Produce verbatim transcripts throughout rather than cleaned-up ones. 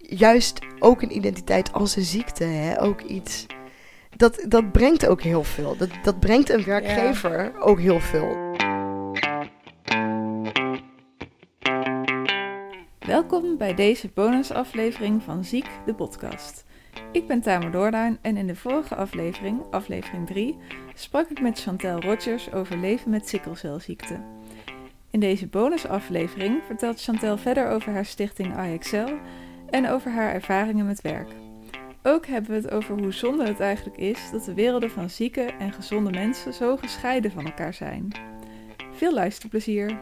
juist ook een identiteit als een ziekte, hè, ook iets... Dat, dat brengt ook heel veel. Dat, dat brengt een werkgever ja. ook heel veel. Welkom bij deze bonusaflevering van Ziek, de podcast. Ik ben Tamer Doorduin en in de vorige aflevering, aflevering drie, sprak ik met Chantel Rogers over leven met sikkelcelziekte. In deze bonusaflevering vertelt Chantel verder over haar stichting I Excel en over haar ervaringen met werk. Ook hebben we het over hoe zonde het eigenlijk is dat de werelden van zieke en gezonde mensen zo gescheiden van elkaar zijn. Veel luisterplezier!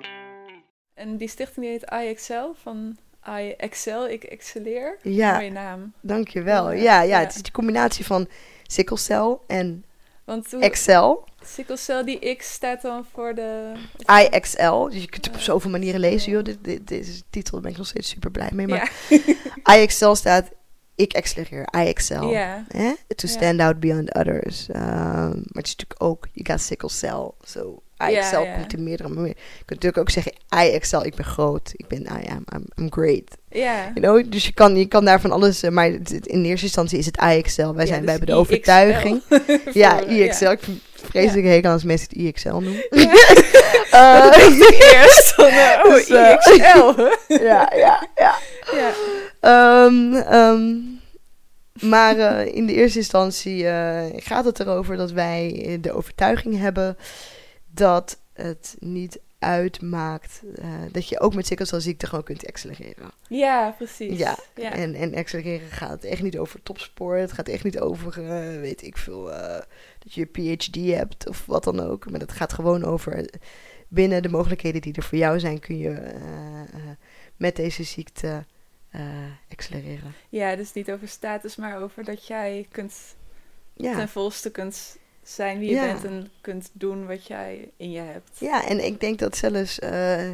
En die stichting die heet I Excel, van I Excel, ik excelleer. Ja, mooie naam. Dankjewel. Ja, ja, ja, het is die combinatie van sikkelcel en Want hoe, Excel. Sikkelcel, die X staat dan voor de... I Excel, dus je kunt het op zoveel manieren lezen, joh. Dit, dit, deze titel, daar ben ik nog steeds super blij mee. Maar ja. I Excel staat... Ik accelereer, I excel. Ja. Eh? To stand ja. out beyond others. Um, maar het is natuurlijk ook, you got sickle cell. So, I ja, excel ja. komt in meerdere manieren. Je kunt natuurlijk ook zeggen, I excel, ik ben groot. Ik ben, I am, I'm, I'm great. Ja. You know? Dus je kan, je kan daar van alles, uh, maar in eerste instantie is het I excel. Wij ja, zijn, dus wij hebben de overtuiging. ja, I excel. Ja. Ik vind vreselijk ja. hekel als mensen het I excel noemen. Ja. uh, eerst van, uh, oh, dus, uh, I excel. ja, ja, ja. ja. Um, um, maar uh, in de eerste instantie uh, gaat het erover dat wij de overtuiging hebben dat het niet uitmaakt uh, dat je ook met sikkelcelziekte gewoon kunt accelereren. Ja, precies. Ja, ja. En, en accelereren gaat echt niet over topsport. Het gaat echt niet over, uh, weet ik veel, uh, dat je een P H D hebt of wat dan ook. Maar het gaat gewoon over binnen de mogelijkheden die er voor jou zijn, kun je uh, uh, met deze ziekte... Uh, accelereren. Ja, dus niet over status, maar over dat jij kunt ja. ten volste kunt zijn wie je ja. bent en kunt doen wat jij in je hebt. Ja, en ik denk dat zelfs uh,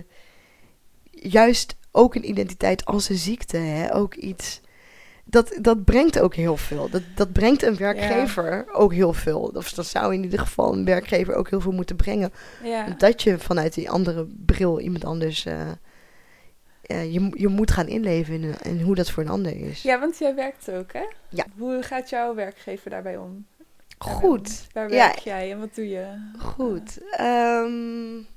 juist ook een identiteit als een ziekte, hè, ook iets, dat, dat brengt ook heel veel. Dat, dat brengt een werkgever ja. ook heel veel. Of dat zou in ieder geval een werkgever ook heel veel moeten brengen. Ja. Dat je vanuit die andere bril iemand anders... Uh, Uh, je, je moet gaan inleven in, in hoe dat voor een ander is. Ja, want jij werkt ook, hè? Ja. Hoe gaat jouw werkgever daarbij om? Daarbij Goed. Om? Waar werk ja. jij en wat doe je? Goed. Um,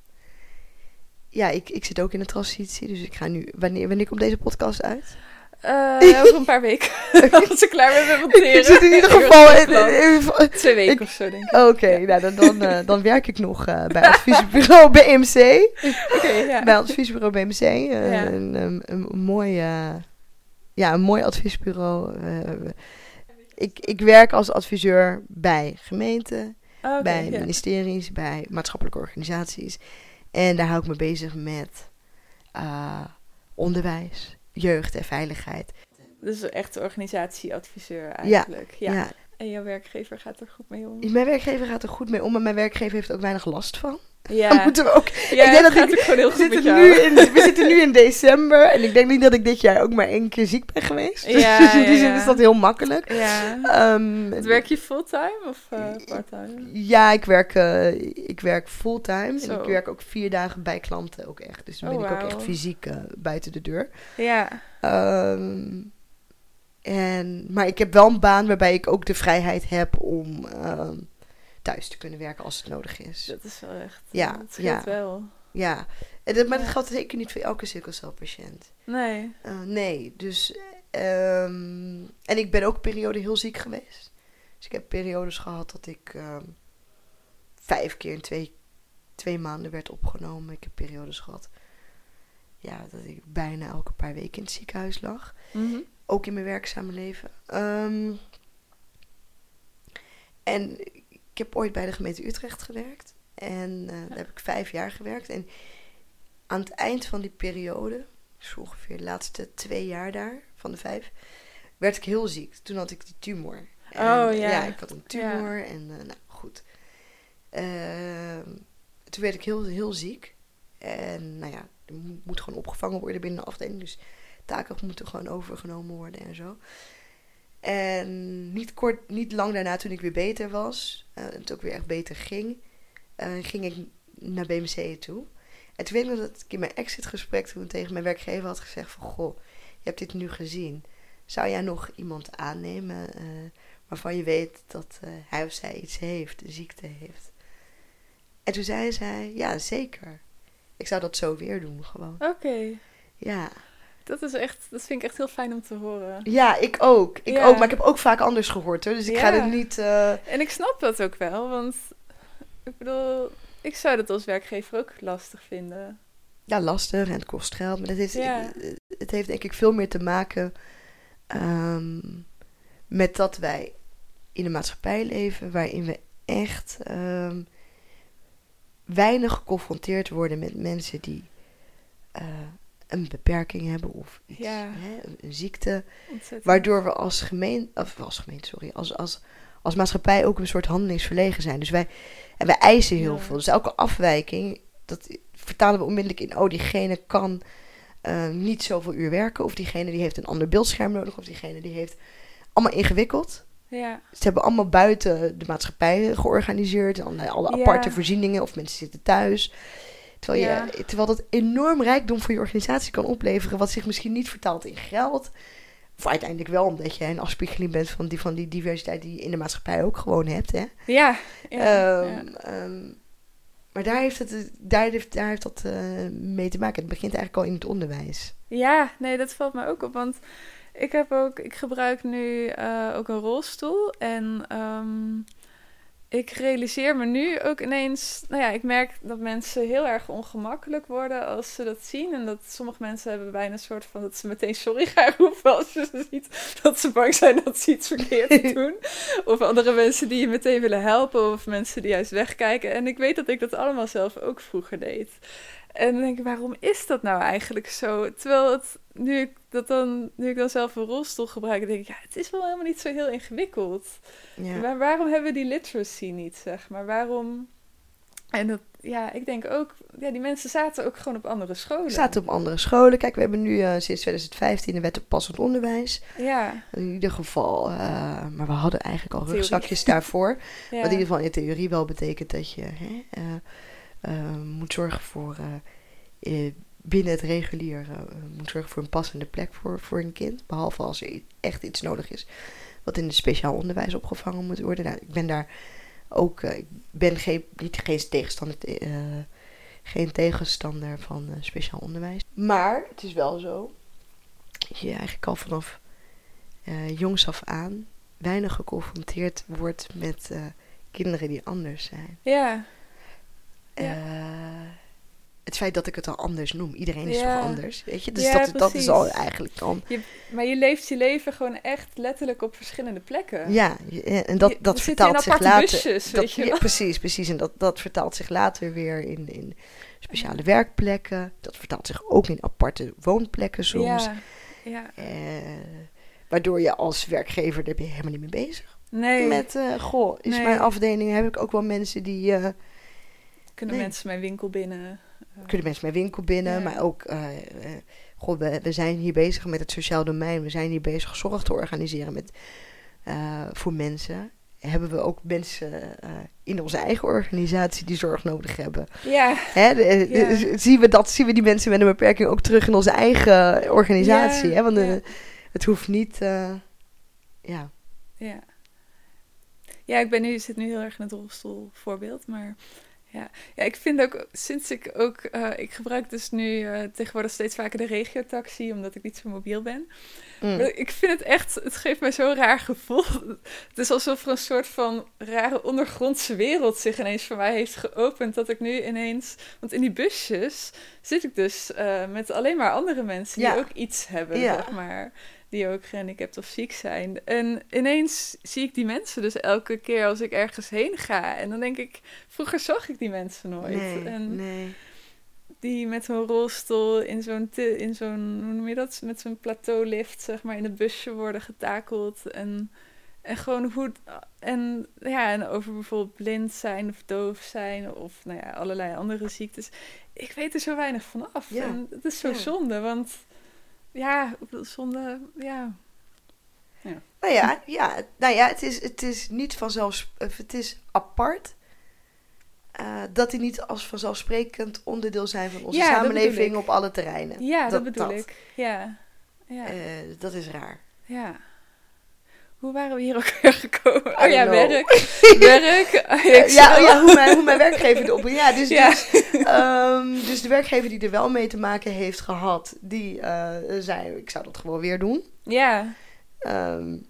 ja, ik, ik zit ook in de transitie, dus ik ga nu... Wanneer, wanneer komt deze podcast uit? Uh, over een paar weken. Als ik klaar ben met monteren. Ik zit in ieder geval... in, in, Twee weken ik, of zo, denk ik. Oké, okay, ja. nou, dan, dan, uh, dan werk ik nog uh, bij adviesbureau B M C. Okay, ja. Bij adviesbureau B M C. Uh, ja. een, een, een, mooi, uh, ja, een mooi adviesbureau. Uh, ik, ik werk als adviseur bij gemeenten, okay, bij ja. ministeries, bij maatschappelijke organisaties. En daar hou ik me bezig met uh, onderwijs, jeugd en veiligheid. Dus een echte organisatieadviseur eigenlijk. Ja, ja. ja. En jouw werkgever gaat er goed mee om? Mijn werkgever gaat er goed mee om, maar mijn werkgever heeft er ook weinig last van. Ja, dan moeten we ook. Ja, ik denk dat gaat ik, ook gewoon heel goed met jou. Nu in, we zitten nu in december en ik denk niet dat ik dit jaar ook maar één keer ziek ben geweest. Ja, dus in die ja, zin ja. is dat heel makkelijk. Ja. Um, werk je fulltime of uh, parttime? Ja, ik werk, uh, ik werk fulltime Zo. en ik werk ook vier dagen bij klanten ook echt. Dus dan ben oh, ik ook wow. echt fysiek uh, buiten de deur. Ja. Um, en, maar ik heb wel een baan waarbij ik ook de vrijheid heb om uh, thuis te kunnen werken als het nodig is. Dat is wel echt, ja, dat scheelt ja. wel. Ja, en dat, maar ja. dat geldt zeker niet voor elke sikkelcelpatiënt. Nee. Uh, nee, dus... Um, en ik ben ook een periode heel ziek geweest. Dus ik heb periodes gehad dat ik um, vijf keer in twee, twee maanden werd opgenomen. Ik heb periodes gehad... Ja, dat ik bijna elke paar weken in het ziekenhuis lag. Mm-hmm. Ook in mijn werkzame leven. Um, en ik heb ooit bij de gemeente Utrecht gewerkt. En uh, daar heb ik vijf jaar gewerkt. En aan het eind van die periode, dus ongeveer de laatste twee jaar daar, van de vijf, werd ik heel ziek. Toen had ik die tumor. En, oh ja. Ja, ik had een tumor. Ja. En uh, nou, goed. Uh, toen werd ik heel, heel ziek. En nou ja, er moet gewoon opgevangen worden binnen de afdeling. Dus taken moeten gewoon overgenomen worden en zo. En niet, kort, niet lang daarna, toen ik weer beter was, uh, en het ook weer echt beter ging, uh, ging ik naar B M C toe. En toen weet ik nog dat ik in mijn exitgesprek toen tegen mijn werkgever had gezegd van, goh, je hebt dit nu gezien. Zou jij nog iemand aannemen uh, waarvan je weet dat uh, hij of zij iets heeft, een ziekte heeft? En toen zei zij, ja, zeker. Ik zou dat zo weer doen, gewoon. Oké. Okay. Ja. Dat is echt, dat vind ik echt heel fijn om te horen. Ja, ik ook. Ik ja. ook, maar ik heb ook vaak anders gehoord, hoor. Dus ik ja. ga er niet... Uh... En ik snap dat ook wel, want ik bedoel, ik zou dat als werkgever ook lastig vinden. Ja, lastig en het kost geld. Maar dat heeft, ja. het heeft denk ik veel meer te maken um, met dat wij in een maatschappij leven waarin we echt um, weinig geconfronteerd worden met mensen die uh, een beperking hebben of iets, ja. hè, een, een ziekte. Ontzettend. Waardoor we als gemeen, of als gemeen, sorry, als, als, als maatschappij ook een soort handelingsverlegen zijn. Dus wij, en wij eisen heel ja. veel. Dus elke afwijking, dat vertalen we onmiddellijk in, oh, diegene kan uh, niet zoveel uur werken, of diegene die heeft een ander beeldscherm nodig, of diegene die heeft allemaal ingewikkeld. Ja. Ze hebben allemaal buiten de maatschappij georganiseerd, alle, alle aparte ja. voorzieningen, of mensen zitten thuis. Terwijl, je, ja. terwijl dat enorm rijkdom voor je organisatie kan opleveren, wat zich misschien niet vertaalt in geld. Of uiteindelijk wel, omdat jij een afspiegeling bent van die, van die diversiteit die je in de maatschappij ook gewoon hebt. Hè? Ja. ja, um, ja. Um, maar daar heeft, het, daar heeft, daar heeft dat uh, mee te maken. Het begint eigenlijk al in het onderwijs. Ja, nee, dat valt me ook op. Want ik heb ook, ik gebruik nu uh, ook een rolstoel. En um, ik realiseer me nu ook ineens... Nou ja, ik merk dat mensen heel erg ongemakkelijk worden als ze dat zien. En dat sommige mensen hebben bijna een soort van... dat ze meteen sorry gaan roepen als je ziet dat ze bang zijn dat ze iets verkeerd doen. Of andere mensen die je meteen willen helpen. Of mensen die juist wegkijken. En ik weet dat ik dat allemaal zelf ook vroeger deed. En dan denk ik, waarom is dat nou eigenlijk zo? Terwijl het, nu, ik dat dan, nu ik dan zelf een rolstoel gebruik, denk ik, ja, het is wel helemaal niet zo heel ingewikkeld. Ja. Maar waarom hebben we die literacy niet, zeg maar? Waarom... En dat, ja, ik denk ook, ja, die mensen zaten ook gewoon op andere scholen. Zaten op andere scholen. Kijk, we hebben nu uh, sinds twintig vijftien een wet op passend onderwijs. Ja. In ieder geval, uh, maar we hadden eigenlijk al theorie. rugzakjes daarvoor. ja. Wat in ieder geval in theorie wel betekent dat je hè, uh, uh, moet zorgen voor... Uh, uh, binnen het regulier uh, moet zorgen voor een passende plek voor, voor een kind. Behalve als er echt iets nodig is wat in het speciaal onderwijs opgevangen moet worden. Nou, ik ben daar ook, uh, ik ben geen, niet geen tegenstander, uh, geen tegenstander van uh, speciaal onderwijs. Maar het is wel zo, dat je eigenlijk al vanaf uh, jongs af aan weinig geconfronteerd wordt met uh, kinderen die anders zijn. Ja. Uh, ja. Het feit dat ik het al anders noem. Iedereen is ja. toch anders, weet je? Dus ja, dat, dat is al eigenlijk dan... Je, maar je leeft je leven gewoon echt letterlijk op verschillende plekken. Ja, en dat, dat je, vertaalt zich later... Busjes, dat, weet je ja, precies, precies. En dat, dat vertaalt zich later weer in, in speciale werkplekken. Dat vertaalt zich ook in aparte woonplekken soms. Ja, ja. Uh, waardoor je als werkgever, daar ben je helemaal niet mee bezig. Nee. Met, uh, goh, is nee. mijn afdeling, heb ik ook wel mensen die... Uh, Kunnen nee. mensen mijn winkel binnen... Kunnen mensen mijn winkel binnen, ja. maar ook, uh, uh, god, we, we zijn hier bezig met het sociaal domein. We zijn hier bezig zorg te organiseren met, uh, voor mensen. Hebben we ook mensen uh, in onze eigen organisatie die zorg nodig hebben? Ja. Hè, de, ja. De, zien we dat, zien we die mensen met een beperking ook terug in onze eigen organisatie? Ja. Hè? Want ja. uh, het hoeft niet, uh, ja. Ja. Ja, ik ben nu, zit nu heel erg in het rolstoelvoorbeeld, maar... Ja. ja, ik vind ook, sinds ik ook, uh, ik gebruik dus nu uh, tegenwoordig steeds vaker de regiotaxi, omdat ik niet zo mobiel ben. Mm. Maar ik vind het echt, het geeft mij zo'n raar gevoel. Het is alsof er een soort van rare ondergrondse wereld zich ineens voor mij heeft geopend, dat ik nu ineens, want in die busjes zit ik dus uh, met alleen maar andere mensen die ja. ook iets hebben, ja. zeg maar. Die ook gehandicapt of ziek zijn. En ineens zie ik die mensen dus elke keer als ik ergens heen ga. En dan denk ik, vroeger zag ik die mensen nooit. Nee, en nee. Die met hun rolstoel in zo'n, te, in zo'n, hoe noem je dat? Met zo'n plateaulift, zeg maar, in het busje worden getakeld. En, en gewoon hoe... En ja, en over bijvoorbeeld blind zijn of doof zijn of nou ja, allerlei andere ziektes. Ik weet er zo weinig van af. Ja. En het is zo ja. zonde, want... Ja, zonde, ja. ja. Nou ja, ja, nou ja het, is, het is niet vanzelfsprekend, het is apart uh, dat die niet als vanzelfsprekend onderdeel zijn van onze ja, samenleving op alle terreinen. Ja, dat, dat bedoel dat. ik, ja. Ja. Uh, dat is raar. Ja. Hoe waren we hier ook weer gekomen? Oh ja, know. werk. werk. Uh, ja, oh ja hoe, mijn, hoe mijn werkgever erop... Ja, dus, ja. Dus, um, dus de werkgever die er wel mee te maken heeft gehad... die uh, zei, ik zou dat gewoon weer doen. Ja. Um,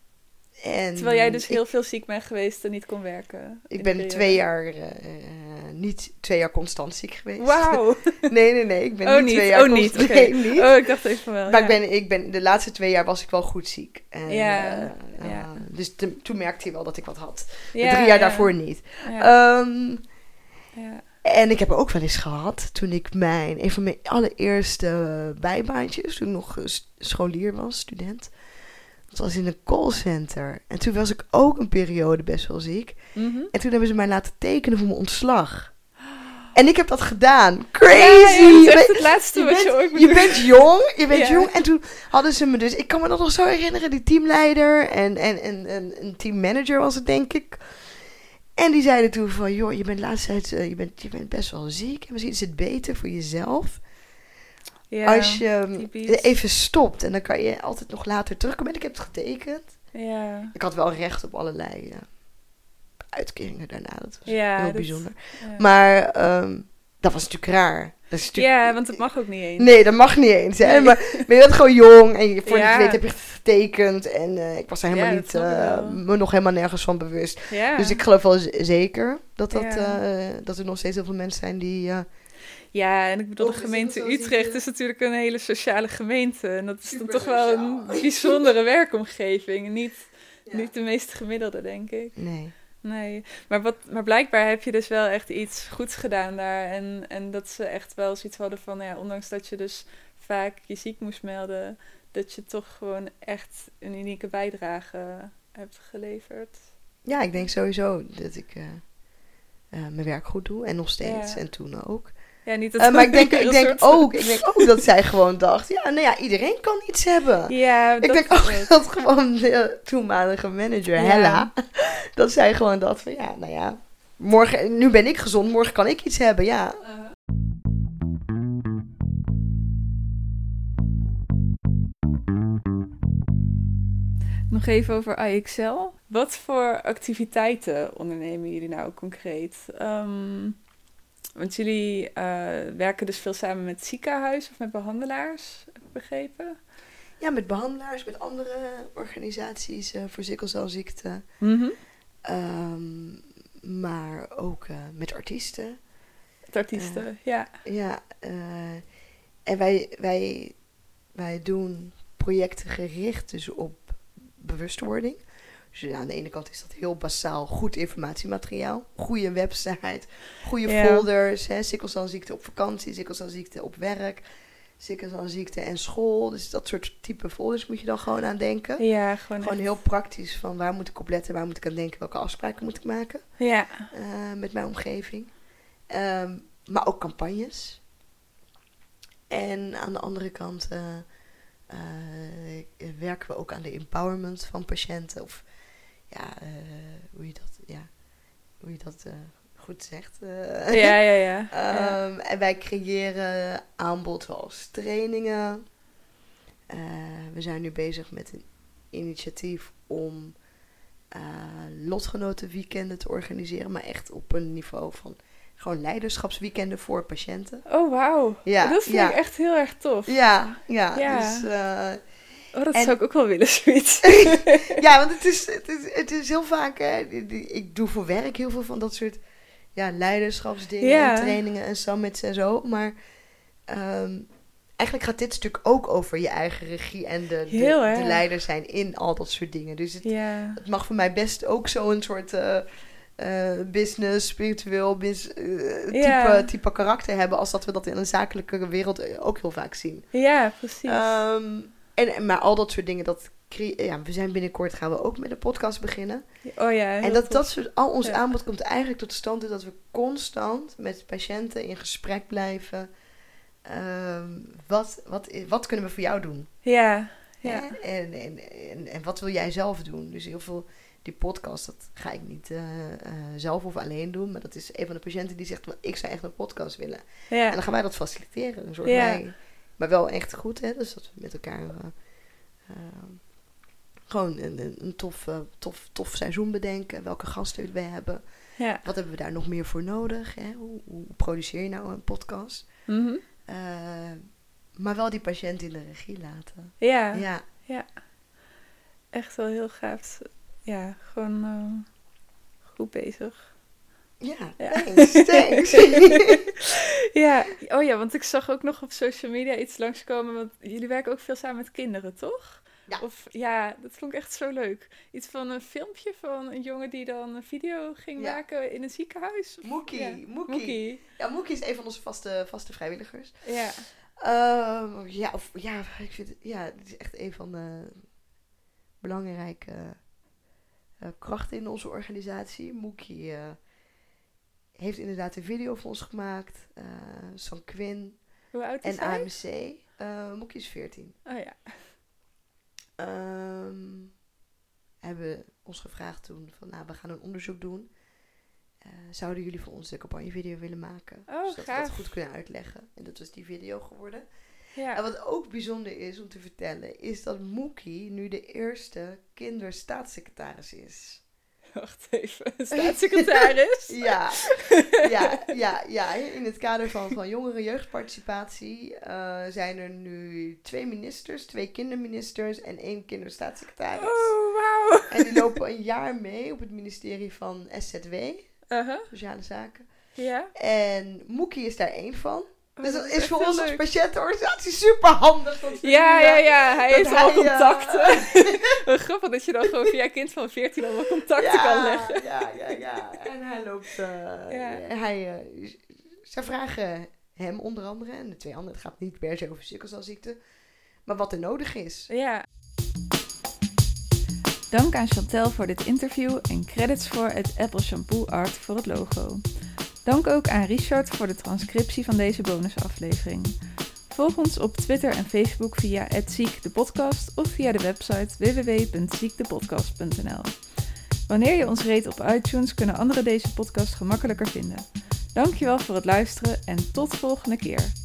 en Terwijl jij dus ik, heel veel ziek bent geweest en niet kon werken. Ik ben twee jaar, uh, niet twee jaar constant ziek geweest. Wauw. nee, nee, nee. Ik ben oh, niet niet twee jaar oh, constant. niet. Okay. Nee, niet. Oh, ik dacht even wel. Maar ja. ik ben, ik ben, de laatste twee jaar was ik wel goed ziek. En, ja. Uh, ja. Uh, dus te, toen merkte hij wel dat ik wat had. Ja, de drie jaar ja. daarvoor niet. Ja. Um, ja. En ik heb er ook wel eens gehad, toen ik mijn, een van mijn allereerste bijbaantjes, toen ik nog scholier was, student, dat was in een callcenter. En toen was ik ook een periode best wel ziek. Mm-hmm. En toen hebben ze mij laten tekenen voor mijn ontslag. En ik heb dat gedaan. Crazy! Ja, ja, dat is echt je bent, het laatste je wat bent, je ooit Je bent jong, je bent ja. jong. En toen hadden ze me dus, ik kan me dat nog zo herinneren, die teamleider en, en, en, en een teammanager was het, denk ik. En die zeiden toen van, joh, je bent laatst tijd, uh, je, bent, je bent best wel ziek. En misschien is het beter voor jezelf ja, als je typisch. even stopt. En dan kan je altijd nog later terugkomen. En ik heb het getekend. Ja. Ik had wel recht op allerlei uh, uitkeringen daarna. Dat was ja, heel dat, bijzonder. Ja. Maar um, dat was natuurlijk raar. Dat is natuurlijk, ja, want het mag ook niet eens. Nee, dat mag niet eens. Hè? Nee. Maar, maar je bent gewoon jong en je, voor ja. je weet heb je het getekend. En uh, ik was er helemaal ja, niet, uh, me nog helemaal nergens van bewust. Ja. Dus ik geloof wel z- zeker dat, dat, ja. uh, dat er nog steeds heel veel mensen zijn die... Uh, Ja, en ik bedoel, de Of gemeente is Utrecht zieke... is natuurlijk een hele sociale gemeente. En dat is Super dan toch wel een bijzondere werkomgeving. Niet, ja. niet de meest gemiddelde, denk ik. Nee. Nee, maar, wat, maar blijkbaar heb je dus wel echt iets goeds gedaan daar. En, en dat ze echt wel zoiets hadden van, ja, ondanks dat je dus vaak je ziek moest melden, dat je toch gewoon echt een unieke bijdrage hebt geleverd. Ja, ik denk sowieso dat ik uh, uh, mijn werk goed doe. En nog steeds. Ja. En toen ook. Ja, niet dat uh, maar ik denk, ik, denk soort... ook, ik denk ook dat zij gewoon dacht, ja, nou ja, iedereen kan iets hebben. Ja, ik denk ook het. dat gewoon de toenmalige manager, ja. Hella, dat zij gewoon dacht van, ja, nou ja, morgen, nu ben ik gezond, morgen kan ik iets hebben, ja. Uh. Nog even over I X L. Wat voor activiteiten ondernemen jullie nou concreet? Um, Want jullie uh, werken dus veel samen met ziekenhuizen of met behandelaars, heb ik begrepen? Ja, met behandelaars, met andere organisaties uh, voor sikkelcelziekte. Mm-hmm. Um, maar ook uh, met artiesten. Met artiesten, uh, ja. Ja, uh, en wij, wij, wij doen projecten gericht dus op bewustwording. Dus aan de ene kant is dat heel basaal goed informatiemateriaal. Goede website, goede ja. folders. Hè, sikkelcelziekte op vakantie, sikkelcelziekte op werk, sikkelcelziekte en school. Dus dat soort type folders moet je dan gewoon aan denken. Ja, gewoon Gewoon echt. heel praktisch van waar moet ik op letten, waar moet ik aan denken, welke afspraken moet ik maken. Ja. Uh, met mijn omgeving. Um, maar ook campagnes. En aan de andere kant uh, uh, werken we ook aan de empowerment van patiënten. Of ja, uh, hoe je dat, ja, hoe je dat uh, goed zegt. Uh, ja, ja, ja. um, ja. En wij creëren aanbod zoals trainingen. Uh, we zijn nu bezig met een initiatief om uh, lotgenotenweekenden te organiseren. Maar echt op een niveau van gewoon leiderschapsweekenden voor patiënten. Oh, wauw. Ja, dat vind ja. ik echt heel erg tof. Ja, ja. ja. Dus, uh, oh, dat en, zou ik ook wel willen, zoiets. ja, want het is, het is, het is heel vaak... Hè, ik doe voor werk heel veel van dat soort ja, leiderschapsdingen ja. en trainingen en summits en zo. Maar um, eigenlijk gaat dit stuk ook over je eigen regie en de, de, de leider zijn in al dat soort dingen. Dus het, ja. het mag voor mij best ook zo'n soort... Uh, Uh, business, spiritueel, bis, uh, type, ja. type karakter hebben... als dat we dat in een zakelijke wereld ook heel vaak zien. Ja, precies. Um, en, maar al dat soort dingen, dat cre- ja, we zijn binnenkort gaan we ook met een podcast beginnen. Oh ja, en dat, dat soort, al ons ja. aanbod komt eigenlijk tot stand... dat we constant met patiënten in gesprek blijven. Um, wat, wat, wat kunnen we voor jou doen? Ja, ja. En, en, en, en wat wil jij zelf doen? Dus heel veel... Die podcast, dat ga ik niet uh, uh, zelf of alleen doen. Maar dat is een van de patiënten die zegt... ik zou echt een podcast willen. Ja. En dan gaan wij dat faciliteren. Dan zorgen ja. wij Maar wel echt goed, hè. Dus dat we met elkaar uh, uh, gewoon een, een, een tof, uh, tof, tof seizoen bedenken. Welke gasten we hebben. Ja. Wat hebben we daar nog meer voor nodig? Hè? Hoe, hoe produceer je nou een podcast? Mm-hmm. Uh, maar wel die patiënt in de regie laten. Ja, ja. ja. Echt wel heel gaaf. Ja, gewoon uh, goed bezig. Ja, ja. thanks, thanks. Ja, oh ja, want ik zag ook nog op social media iets langskomen. Want jullie werken ook veel samen met kinderen, toch? Ja. Of, ja, dat vond ik echt zo leuk. Iets van een filmpje van een jongen die dan een video ging ja. maken in een ziekenhuis. Moekie, ja. Moekie. Moekie. Ja, Moekie is een van onze vaste, vaste vrijwilligers. Ja. Uh, ja, of, ja, ik vind het, ja, het is echt een van de belangrijke uh, krachten in onze organisatie. Moekie uh, heeft inderdaad een video voor ons gemaakt. Uh, San Quinn. Hoe oud is en hij? A M C. Uh, Moekie is veertien. Oh ja. Um, hebben ons gevraagd toen van, nou, we gaan een onderzoek doen. Uh, zouden jullie voor ons de campagnevideo willen maken? Oh, zodat gaaf. we dat goed kunnen uitleggen. En dat was die video geworden. Ja. En wat ook bijzonder is om te vertellen, is dat Moekie nu de eerste kinderstaatssecretaris is. Wacht even, staatssecretaris? ja, ja, ja, ja, in het kader van, van jongeren jeugdparticipatie uh, zijn er nu twee ministers, twee kinderministers en één kinderstaatssecretaris. Oh, wauw. En die lopen een jaar mee op het ministerie van S Z W, uh-huh. Sociale Zaken. Ja. En Moekie is daar één van. Oh, dus dat, dat is, is voor ons leuk. als patiëntenorganisatie super handig. Ja, ja, ja. Hij heeft al contacten. Uh, Grappig dat je dan gewoon via een kind van veertien al wel contacten ja, kan leggen. Ja, ja, ja. En hij loopt... Uh, ja. hij, uh, zij vragen hem onder andere, en de twee anderen, het gaat niet per se over sikkelcelziekte, maar wat er nodig is. Ja. Dank aan Chantel voor dit interview en credits voor het Apple Shampoo Art voor het logo. Dank ook aan Richard voor de transcriptie van deze bonusaflevering. Volg ons op Twitter en Facebook via at ziek de podcast of via de website w w w punt ziek de podcast punt n l. Wanneer je ons rate op iTunes, kunnen anderen deze podcast gemakkelijker vinden. Dankjewel voor het luisteren en tot volgende keer.